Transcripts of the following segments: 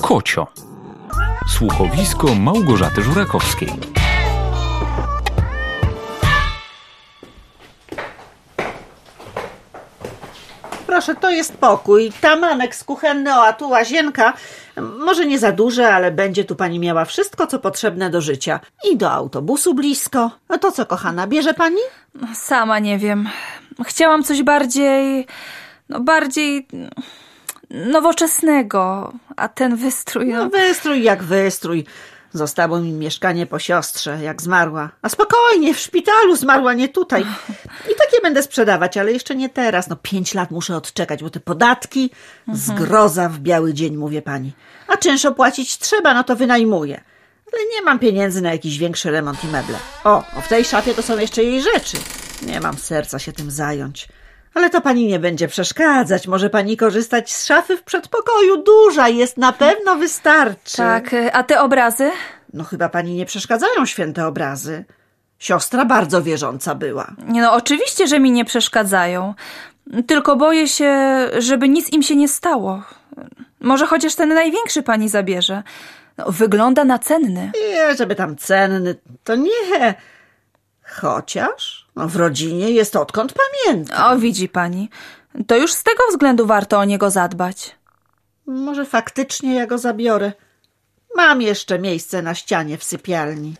Kocio. Słuchowisko Małgorzaty Żurakowskiej. Proszę, to jest pokój. Tam aneks kuchenny, a tu łazienka. Może nie za duże, ale będzie tu pani miała wszystko, co potrzebne do życia. I do autobusu blisko. No to co, kochana, bierze pani? Sama nie wiem. Chciałam coś bardziej nowoczesnego. A ten wystrój... No wystrój jak wystrój. Zostało mi mieszkanie po siostrze, jak zmarła. A spokojnie, w szpitalu zmarła, nie tutaj. I takie będę sprzedawać, ale jeszcze nie teraz. 5 lat muszę odczekać, bo te podatki, zgroza w biały dzień, mówię pani. A czynsz opłacić trzeba, to wynajmuję. Ale nie mam pieniędzy na jakiś większy remont i meble. O, w tej szafie to są jeszcze jej rzeczy. Nie mam serca się tym zająć. Ale to pani nie będzie przeszkadzać. Może pani korzystać z szafy w przedpokoju. Duża jest, na pewno wystarczy. Tak, a te obrazy? Chyba pani nie przeszkadzają święte obrazy. Siostra bardzo wierząca była. Oczywiście, że mi nie przeszkadzają. Tylko boję się, żeby nic im się nie stało. Może chociaż ten największy pani zabierze. Wygląda na cenny. Nie, żeby tam cenny, to nie. Chociaż w rodzinie jest odkąd pamiętam. O, widzi pani. To już z tego względu warto o niego zadbać. Może faktycznie ja go zabiorę. Mam jeszcze miejsce na ścianie w sypialni.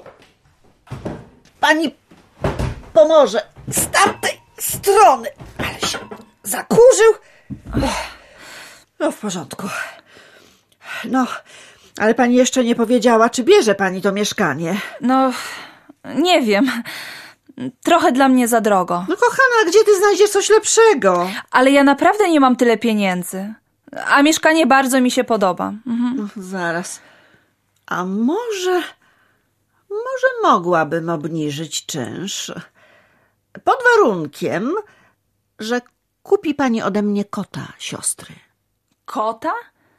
Pani pomoże z tamtej strony. Ale się zakurzył. W porządku. Ale pani jeszcze nie powiedziała, czy bierze pani to mieszkanie. Nie wiem. Trochę dla mnie za drogo. Kochana, gdzie ty znajdziesz coś lepszego? Ale ja naprawdę nie mam tyle pieniędzy. A mieszkanie bardzo mi się podoba. Zaraz. A może mogłabym obniżyć czynsz? Pod warunkiem, że kupi pani ode mnie kota siostry. Kota?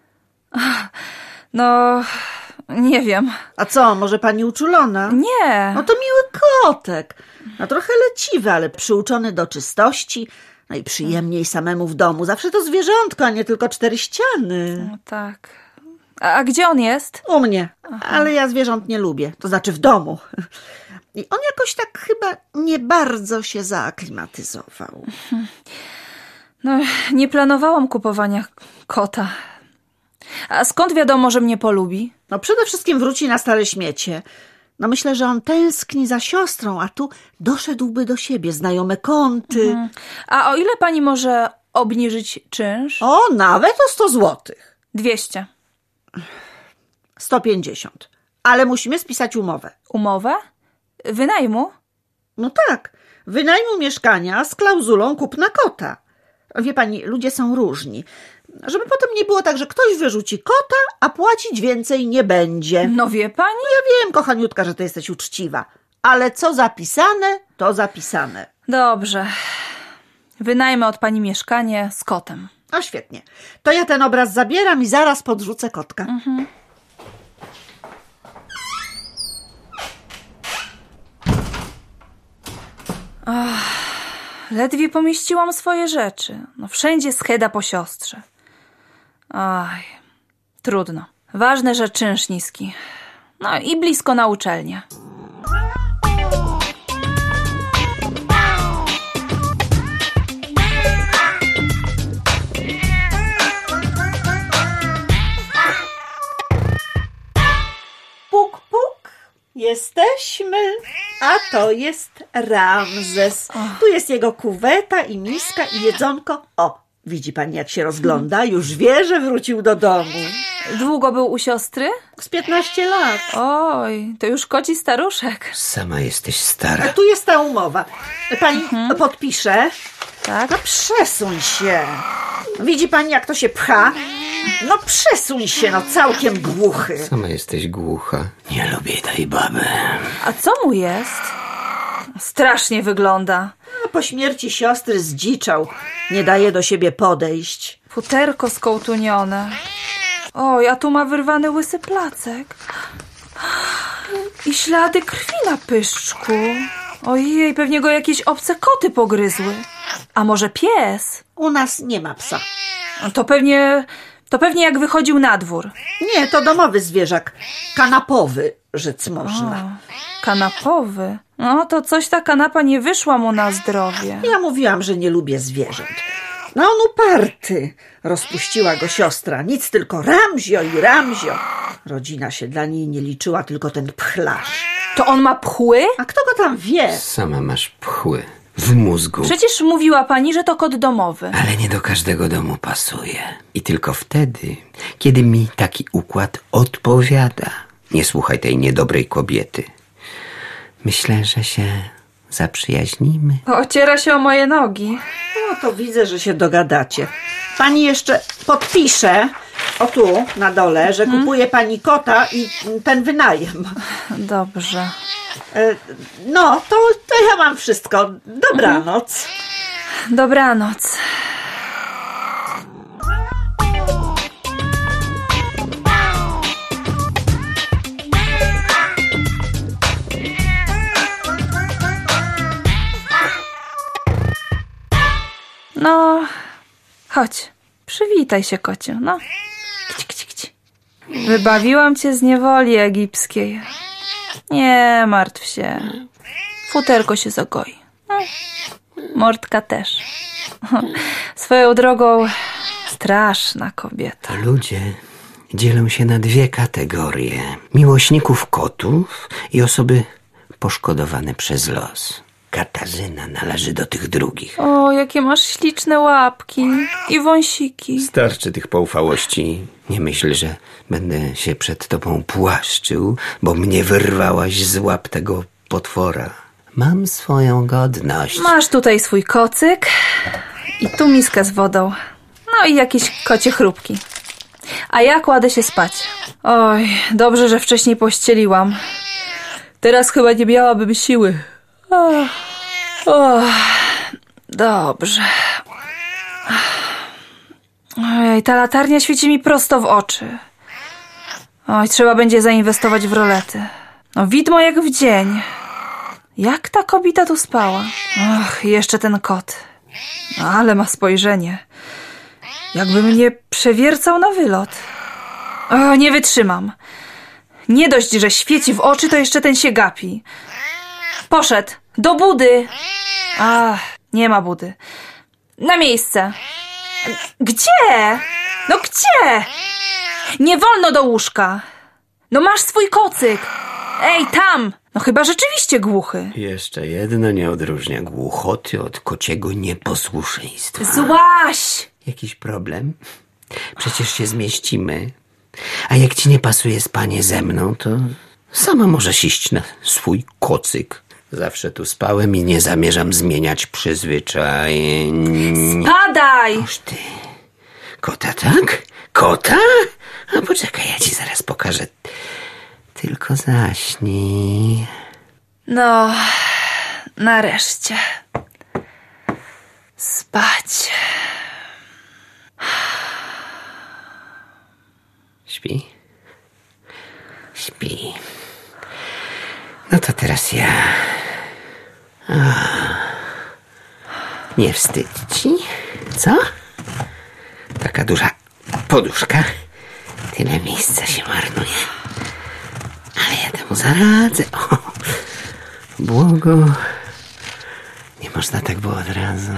Nie wiem. A co, może pani uczulona? Nie. To miły kotek. Trochę leciwy, ale przyuczony do czystości. I przyjemniej samemu w domu. Zawsze to zwierzątko, a nie tylko 4 ściany. Tak. A gdzie on jest? U mnie. Ale ja zwierząt nie lubię. To znaczy w domu. I on jakoś tak chyba nie bardzo się zaaklimatyzował. Nie planowałam kupowania kota. A skąd wiadomo, że mnie polubi? Przede wszystkim wróci na stare śmiecie. Myślę, że on tęskni za siostrą, a tu doszedłby do siebie, znajome kąty. A o ile pani może obniżyć czynsz? Nawet o 100 złotych. 200. 150. Ale musimy spisać umowę. Umowę? Wynajmu? Tak. Wynajmu mieszkania z klauzulą kupna kota. Wie pani, ludzie są różni. Żeby potem nie było tak, że ktoś wyrzuci kota, a płacić więcej nie będzie. Wie pani? Ja wiem, kochaniutka, że ty jesteś uczciwa. Ale co zapisane, to zapisane. Dobrze. Wynajmę od pani mieszkanie z kotem. Świetnie. To ja ten obraz zabieram i zaraz podrzucę kotka. Ledwie pomieściłam swoje rzeczy. Wszędzie scheda po siostrze. Trudno. Ważne, że czynsz niski. I blisko na uczelnię. Puk, puk. Jesteśmy. A to jest Ramzes. Tu jest jego kuweta i miska i jedzonko. Widzi pani, jak się rozgląda? Już wie, że wrócił do domu. Długo był u siostry? Z 15 lat. Oj, to już koci staruszek. Sama jesteś stara. A tu jest ta umowa. Pani podpisze? Tak. Przesuń się. Widzi pani, jak to się pcha? Przesuń się, całkiem głuchy. Sama jesteś głucha. Nie lubię tej baby. A co mu jest? Strasznie wygląda. Po śmierci siostry zdziczał. Nie daje do siebie podejść. Futerko skołtunione. Oj, a tu ma wyrwany łysy placek. I ślady krwi na pyszczku. Ojej, pewnie go jakieś obce koty pogryzły. A może pies? U nas nie ma psa. To pewnie To pewnie jak wychodził na dwór. Nie, to domowy zwierzak. Kanapowy, rzec można. Kanapowy? No to coś ta kanapa nie wyszła mu na zdrowie. Ja mówiłam, że nie lubię zwierząt. No on uparty. Rozpuściła go siostra. Nic, tylko Ramzio i Ramzio. Rodzina się dla niej nie liczyła, tylko ten pchlarz. To on ma pchły? A kto go tam wie? Sama masz pchły w mózgu. Przecież mówiła pani, że to kot domowy. Ale nie do każdego domu pasuje. I tylko wtedy, kiedy mi taki układ odpowiada. Nie słuchaj tej niedobrej kobiety. Myślę, że się zaprzyjaźnimy. Ociera się o moje nogi. No to widzę, że się dogadacie. Pani jeszcze podpisze, o tu, na dole, że kupuje pani kota i ten wynajem. Dobrze. No, to ja mam wszystko. Dobranoc. Dobranoc. No, chodź, przywitaj się, kociu, no. Kici, kici, kici. Wybawiłam cię z niewoli egipskiej. Nie martw się. Futerko się zagoi. No, mordka też. Swoją drogą straszna kobieta. Ludzie dzielą się na dwie kategorie. Miłośników kotów i osoby poszkodowane przez los. Katarzyna należy do tych drugich. O, jakie masz śliczne łapki i wąsiki. Starczy tych poufałości. Nie myśl, że będę się przed tobą płaszczył, bo mnie wyrwałaś z łap tego potwora. Mam swoją godność. Masz tutaj swój kocyk i tu miskę z wodą. No i jakieś kocie chrupki. A ja kładę się spać. Oj, dobrze, że wcześniej pościeliłam. Teraz chyba nie miałabym siły. Dobrze. Ojej, ta latarnia świeci mi prosto w oczy. Oj, trzeba będzie zainwestować w rolety. No widmo jak w dzień. Jak ta kobieta tu spała? Och, jeszcze ten kot. No, ale ma spojrzenie. Jakby mnie przewiercał na wylot. O, nie wytrzymam. Nie dość, że świeci w oczy, to jeszcze ten się gapi. Poszedł. Do budy. Ach, nie ma budy. Na miejsce. Gdzie? No gdzie? Nie wolno do łóżka. No masz swój kocyk. Ej, tam. No chyba rzeczywiście głuchy. Jeszcze jedno nie odróżnia głuchoty od kociego nieposłuszeństwa. Złaś. Jakiś problem? Przecież się zmieścimy. A jak ci nie pasuje spanie ze mną, to sama możesz iść na swój kocyk. Zawsze tu spałem i nie zamierzam zmieniać przyzwyczajeń. Spadaj! Oż ty. Kota, tak? Kota? A poczekaj, ja ci zaraz pokażę. Tylko zaśnij. No, nareszcie. Spać. Śpi? Śpi. No to teraz ja. Nie wstydź ci? Co? Taka duża poduszka. Tyle miejsca się marnuje. Ale ja temu zaradzę. O, błogo. Nie można tak było od razu.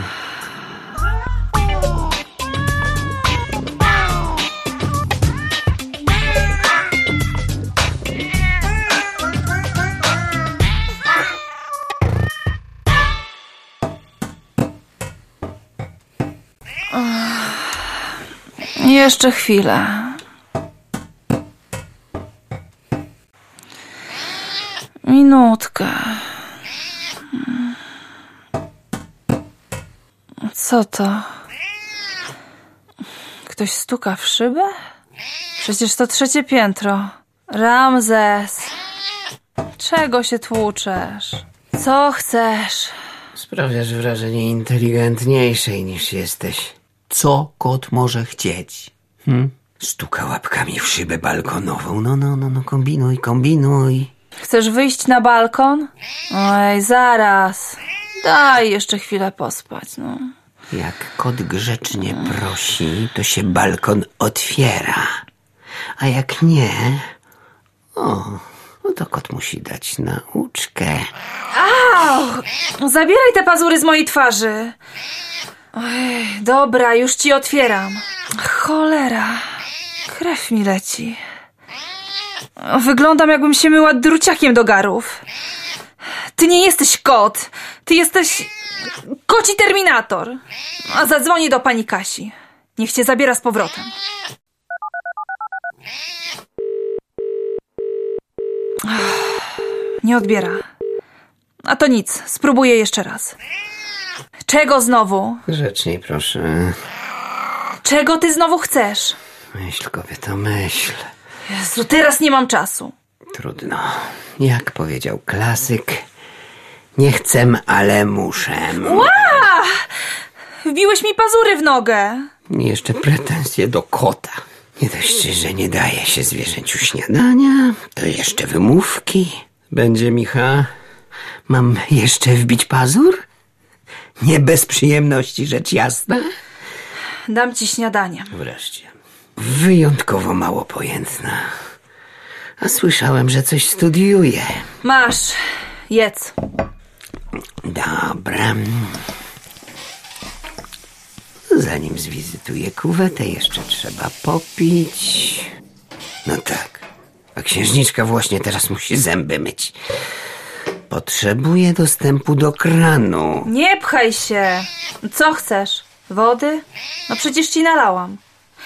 Jeszcze chwilę. Minutkę. Co to? Ktoś stuka w szybę? Przecież to 3. piętro. Ramzes. Czego się tłuczesz? Co chcesz? Sprawiasz wrażenie inteligentniejszej niż jesteś. Co kot może chcieć? Stuka łapkami w szybę balkonową. No, kombinuj. Chcesz wyjść na balkon? Oj, zaraz. Daj jeszcze chwilę pospać, no. Jak kot grzecznie prosi, to się balkon otwiera. A jak nie... No to kot musi dać nauczkę. Au! Zabieraj te pazury z mojej twarzy. Oj, dobra, już ci otwieram. Cholera, krew mi leci. Wyglądam, jakbym się myła druciakiem do garów. Ty nie jesteś kot. Ty jesteś koci terminator. A zadzwonię do pani Kasi. Niech cię zabiera z powrotem. Nie odbiera. A to nic, spróbuję jeszcze raz. Czego znowu? Grzeczniej, proszę. Czego ty znowu chcesz? Myśl, kobieto, myśl. Jezu, teraz nie mam czasu. Trudno. Jak powiedział klasyk, nie chcę, ale muszę. Wbiłeś mi pazury w nogę. Jeszcze pretensje do kota. Nie dość, że nie daje się zwierzęciu śniadania, to jeszcze wymówki. Będzie, Micha? Mam jeszcze wbić pazur? Nie bez przyjemności, rzecz jasna. Dam ci śniadanie. Wreszcie. Wyjątkowo mało pojętna. A słyszałem, że coś studiuje. Masz, jedz. Dobra. Zanim zwizytuję kuwetę, jeszcze trzeba popić. No tak. A księżniczka właśnie teraz musi zęby myć. Potrzebuję dostępu do kranu. Nie pchaj się. Co chcesz? Wody? No przecież ci nalałam.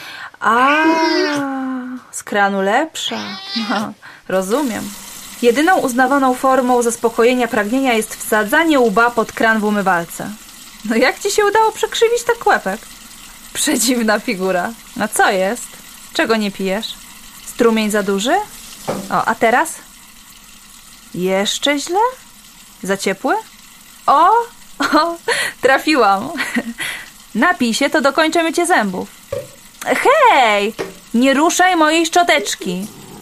Z kranu lepsza. No, rozumiem. Jedyną uznawaną formą zaspokojenia pragnienia jest wsadzanie łba pod kran w umywalce. No jak ci się udało przekrzywić tak łepek? Przedziwna figura. No co jest? Czego nie pijesz? Strumień za duży? A teraz? Jeszcze źle? Za ciepły? O, trafiłam. Napij się, to dokończę mycie zębów. Hej! Nie ruszaj mojej szczoteczki.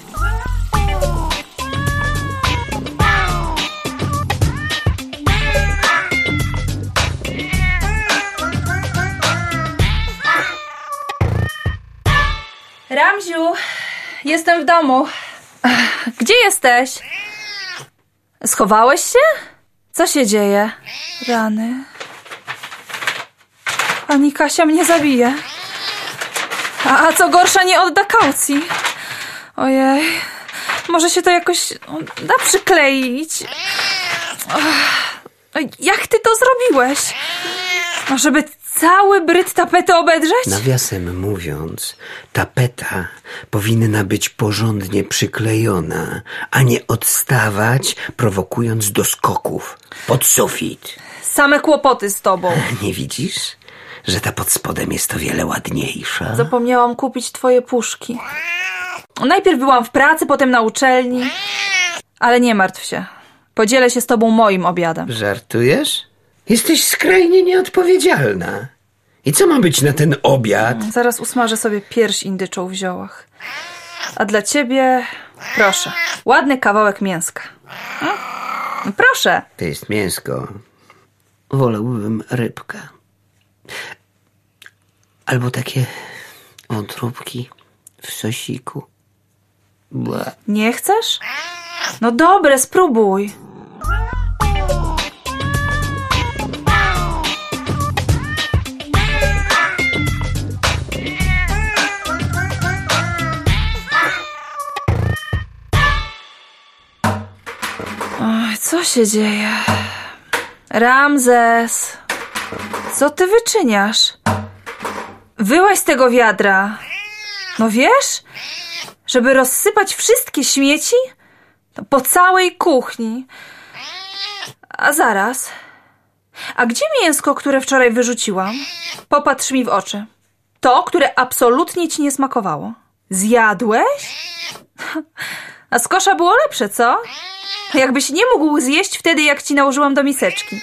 Ramziu, jestem w domu. Gdzie jesteś? Schowałeś się? Co się dzieje? Rany. Pani Kasia mnie zabije. A co gorsza, nie odda kaucji. Ojej. Może się to jakoś da przykleić. Jak ty to zrobiłeś? Żeby cały bryt tapety obedrzeć? Nawiasem mówiąc, tapeta powinna być porządnie przyklejona, a nie odstawać, prowokując do skoków pod sufit. Same kłopoty z tobą. Nie widzisz, że ta pod spodem jest o wiele ładniejsza? Zapomniałam kupić twoje puszki. Najpierw byłam w pracy, potem na uczelni. Ale nie martw się. Podzielę się z tobą moim obiadem. Żartujesz? Jesteś skrajnie nieodpowiedzialna. I co ma być na ten obiad? Zaraz usmażę sobie pierś indyczą w ziołach. A dla ciebie, proszę, ładny kawałek mięska. Proszę. To jest mięsko. Wolałbym rybkę. Albo takie wątróbki w sosiku. Ble. Nie chcesz? No dobre, spróbuj. Oj, co się dzieje? Ramzes, co ty wyczyniasz? Wyłaź z tego wiadra. No wiesz, żeby rozsypać wszystkie śmieci po całej kuchni. A zaraz. A gdzie mięsko, które wczoraj wyrzuciłam? Popatrz mi w oczy. To, które absolutnie ci nie smakowało. Zjadłeś? A z kosza było lepsze, co? Jakbyś nie mógł zjeść wtedy, jak ci nałożyłam do miseczki.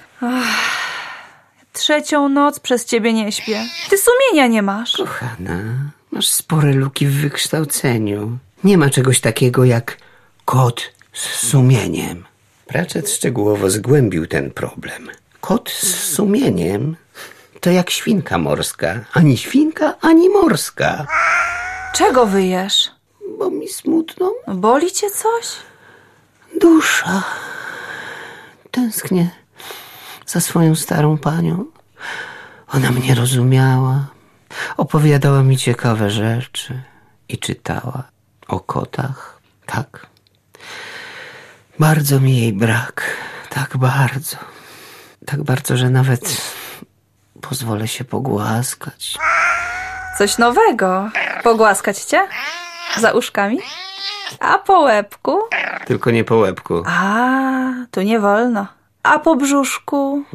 Trzecią noc przez ciebie nie śpię. Ty sumienia nie masz. Kochana, masz spore luki w wykształceniu. Nie ma czegoś takiego jak kot z sumieniem. Pratchett szczegółowo zgłębił ten problem. Kot z sumieniem to jak świnka morska. Ani świnka, ani morska. Czego wyjesz? Bo mi smutno. Boli cię coś? Dusza. Tęsknię za swoją starą panią. Ona mnie rozumiała. Opowiadała mi ciekawe rzeczy. I czytała o kotach. Tak. Bardzo mi jej brak. Tak bardzo. Tak bardzo, że nawet pozwolę się pogłaskać. Coś nowego. Pogłaskać cię? Za uszkami? A po łebku? Tylko nie po łebku. A, tu nie wolno. A po brzuszku?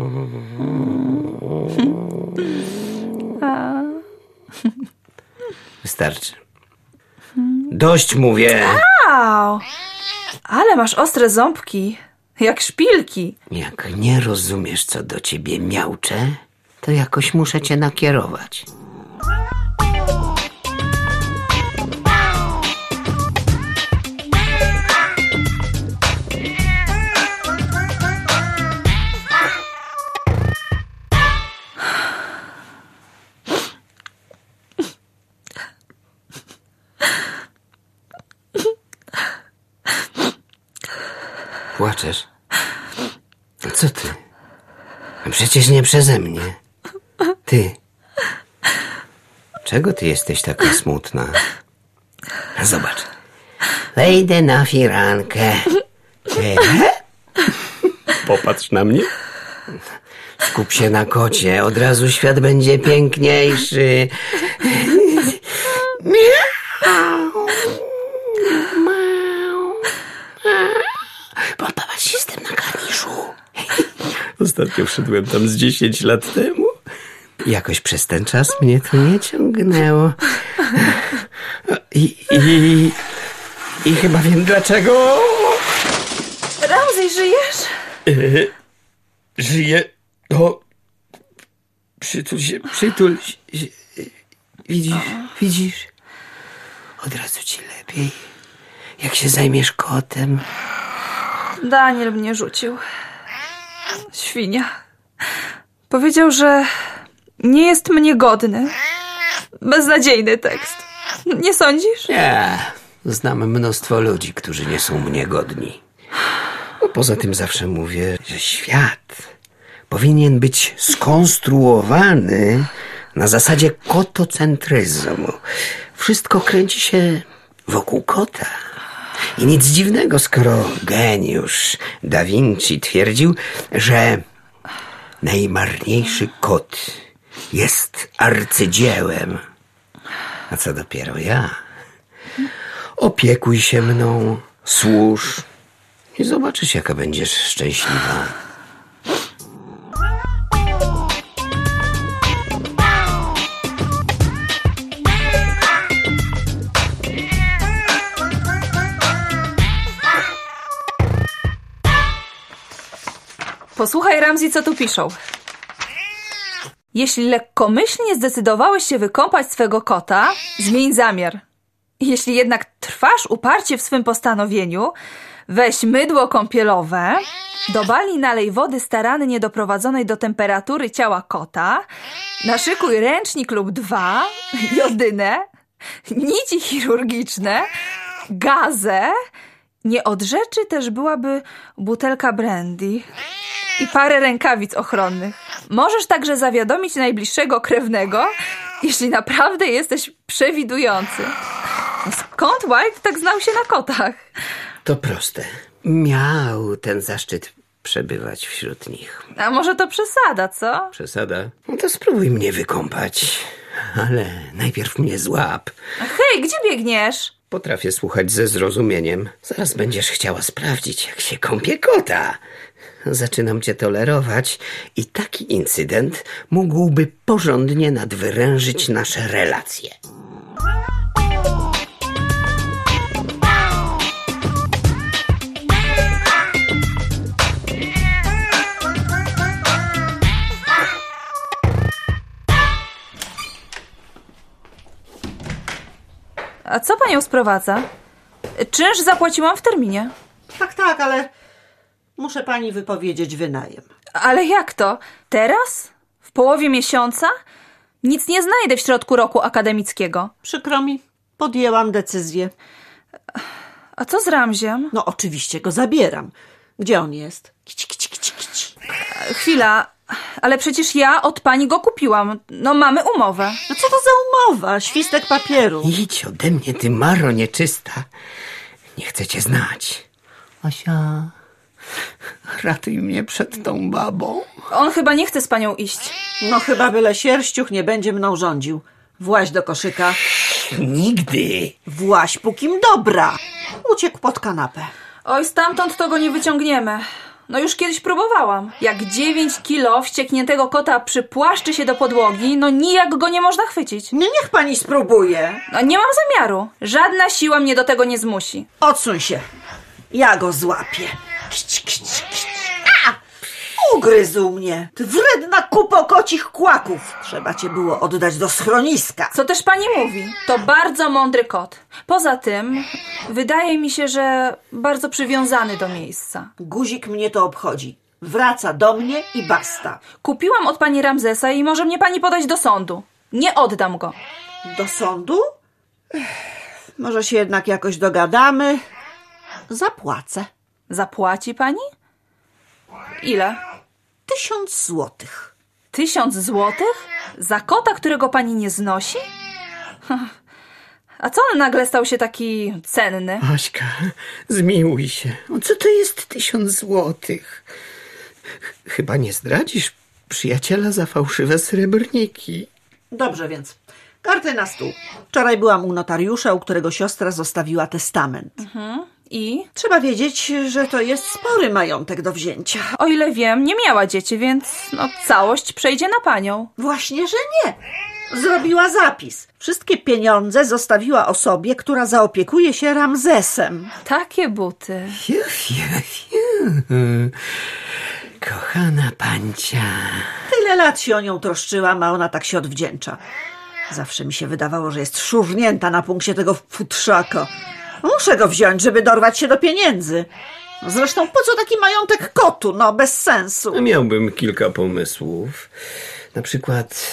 Wystarczy. Dość, mówię. Au! Ale masz ostre ząbki. Jak szpilki. Jak nie rozumiesz, co do ciebie miauczę, to jakoś muszę cię nakierować. Płaczesz? Co ty? Przecież nie przeze mnie. Ty. Czego ty jesteś taka smutna? Zobacz. Wejdę na firankę. Popatrz na mnie. Skup się na kocie. Od razu świat będzie piękniejszy. Popatrz, jestem na karniszu. Ostatnio wszedłem tam z 10 lat temu. Jakoś przez ten czas mnie to nie ciągnęło. I chyba wiem dlaczego. Ramsey, żyjesz? Żyję. O, przytul się. Widzisz? Od razu ci lepiej. Jak się zajmiesz kotem. Daniel mnie rzucił. Świnia. Powiedział, że nie jest mnie godny. Beznadziejny tekst. Nie sądzisz? Nie. Znam mnóstwo ludzi, którzy nie są mnie godni. No, poza tym zawsze mówię, że świat powinien być skonstruowany na zasadzie kotocentryzmu. Wszystko kręci się wokół kota. I nic dziwnego, skoro geniusz Da Vinci twierdził, że najmarniejszy kot jest arcydziełem. A co dopiero ja? Opiekuj się mną, służ i zobaczysz, jaka będziesz szczęśliwa. Posłuchaj, Ramsey, co tu piszą. Jeśli lekkomyślnie zdecydowałeś się wykąpać swego kota, zmień zamiar. Jeśli jednak trwasz uparcie w swym postanowieniu, weź mydło kąpielowe, do bali nalej wody starannie doprowadzonej do temperatury ciała kota, naszykuj ręcznik lub 2, jodynę, nici chirurgiczne, gazę. Nie od rzeczy też byłaby butelka brandy i parę rękawic ochronnych. Możesz także zawiadomić najbliższego krewnego, jeśli naprawdę jesteś przewidujący. Skąd White tak znał się na kotach? To proste. Miał ten zaszczyt przebywać wśród nich. A może to przesada, co? Przesada? No to spróbuj mnie wykąpać. Ale najpierw mnie złap. Hej, gdzie biegniesz? Potrafię słuchać ze zrozumieniem. Zaraz będziesz chciała sprawdzić, jak się kąpie kota. Zaczynam cię tolerować i taki incydent mógłby porządnie nadwyrężyć nasze relacje. A co panią sprowadza? Czynsz zapłaciłam w terminie. Tak, ale muszę pani wypowiedzieć wynajem. Ale jak to? Teraz? W połowie miesiąca? Nic nie znajdę w środku roku akademickiego. Przykro mi, podjęłam decyzję. A co z Ramziem? No oczywiście go zabieram. Gdzie on jest? Kici, kici, kici, kici. Chwila, ale przecież ja od pani go kupiłam. No mamy umowę. No co to za umowa? Świstek papieru. Idź ode mnie, ty maro nieczysta. Nie chcę cię znać. Asia, ratuj mnie przed tą babą. On chyba nie chce z panią iść. No chyba byle sierściuch nie będzie mną rządził. Właź do koszyka. Nigdy. Właź, pókim dobra. Uciekł pod kanapę. Oj, stamtąd to go nie wyciągniemy. No już kiedyś próbowałam. Jak 9 kilo wściekniętego kota przypłaszczy się do podłogi, no nijak go nie można chwycić. Nie, niech pani spróbuje. No nie mam zamiaru. Żadna siła mnie do tego nie zmusi. Odsuń się. Ja go złapię. Kici, kici, kici. A! Ugryzł mnie. Ty wredna kupo kocich kłaków. Trzeba cię było oddać do schroniska. Co też pani mówi? To bardzo mądry kot. Poza tym, wydaje mi się, że bardzo przywiązany do miejsca. Guzik mnie to obchodzi. Wraca do mnie i basta. Kupiłam od pani Ramzesa i może mnie pani podać do sądu. Nie oddam go. Do sądu? Może się jednak jakoś dogadamy. Zapłacę. Zapłaci pani? Ile? 1000 złotych. 1000 złotych? Za kota, którego pani nie znosi? A co on nagle stał się taki cenny? Aśka, zmiłuj się. O co to jest 1000 złotych? Chyba nie zdradzisz przyjaciela za fałszywe srebrniki. Dobrze więc. Karty na stół. Wczoraj byłam u notariusza, u którego siostra zostawiła testament. I? Trzeba wiedzieć, że to jest spory majątek do wzięcia. O ile wiem, nie miała dzieci, więc całość przejdzie na panią. Właśnie, że nie. Zrobiła zapis. Wszystkie pieniądze zostawiła osobie, która zaopiekuje się Ramzesem. Takie buty. Fiu, fiu, fiu. Kochana pancia. Tyle lat się o nią troszczyłam, a ona tak się odwdzięcza. Zawsze mi się wydawało, że jest szurnięta na punkcie tego futrzaka. Muszę go wziąć, żeby dorwać się do pieniędzy. Zresztą po co taki majątek kotu? No, bez sensu. Miałbym kilka pomysłów. Na przykład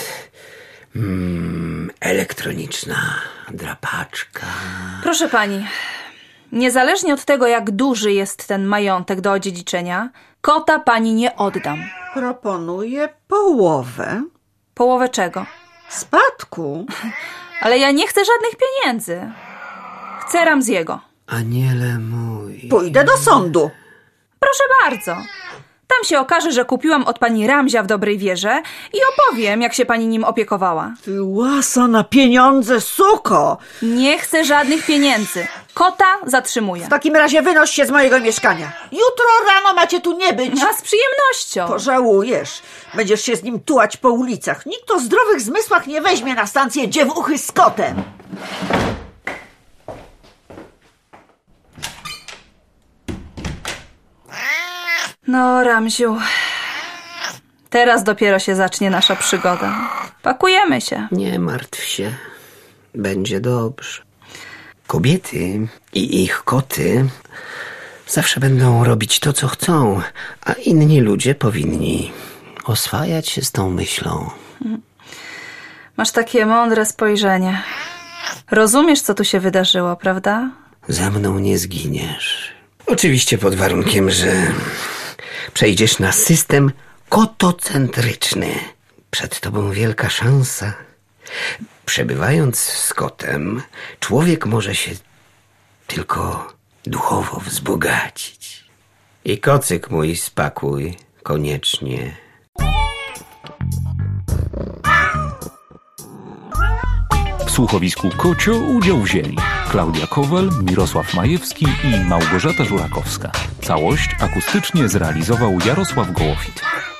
elektroniczna drapaczka. Proszę pani, niezależnie od tego, jak duży jest ten majątek do odziedziczenia, kota pani nie oddam. Proponuję połowę Połowę czego? spadku. Ale ja nie chcę żadnych pieniędzy. Chcę Ramziego. Aniele mój. Pójdę do sądu. Proszę bardzo. Tam się okaże, że kupiłam od pani Ramzia w dobrej wierze i opowiem, jak się pani nim opiekowała. Ty łasa na pieniądze, suko! Nie chcę żadnych pieniędzy. Kota zatrzymuję. W takim razie wynoś się z mojego mieszkania. Jutro rano macie tu nie być. A z przyjemnością. Pożałujesz. Będziesz się z nim tułać po ulicach. Nikt o zdrowych zmysłach nie weźmie na stację dziewuchy z kotem. No, Ramziu, teraz dopiero się zacznie nasza przygoda. Pakujemy się. Nie martw się. Będzie dobrze. Kobiety i ich koty zawsze będą robić to, co chcą, a inni ludzie powinni oswajać się z tą myślą. Masz takie mądre spojrzenie. Rozumiesz, co tu się wydarzyło, prawda? Za mną nie zginiesz. Oczywiście pod warunkiem, że przejdziesz na system kotocentryczny. Przed tobą wielka szansa. Przebywając z kotem, człowiek może się tylko duchowo wzbogacić. I kocyk mój spakuj koniecznie. W słuchowisku Kocio udział wzięli Klaudia Kowal, Mirosław Majewski i Małgorzata Żurakowska. Całość akustycznie zrealizował Jarosław Gołofit.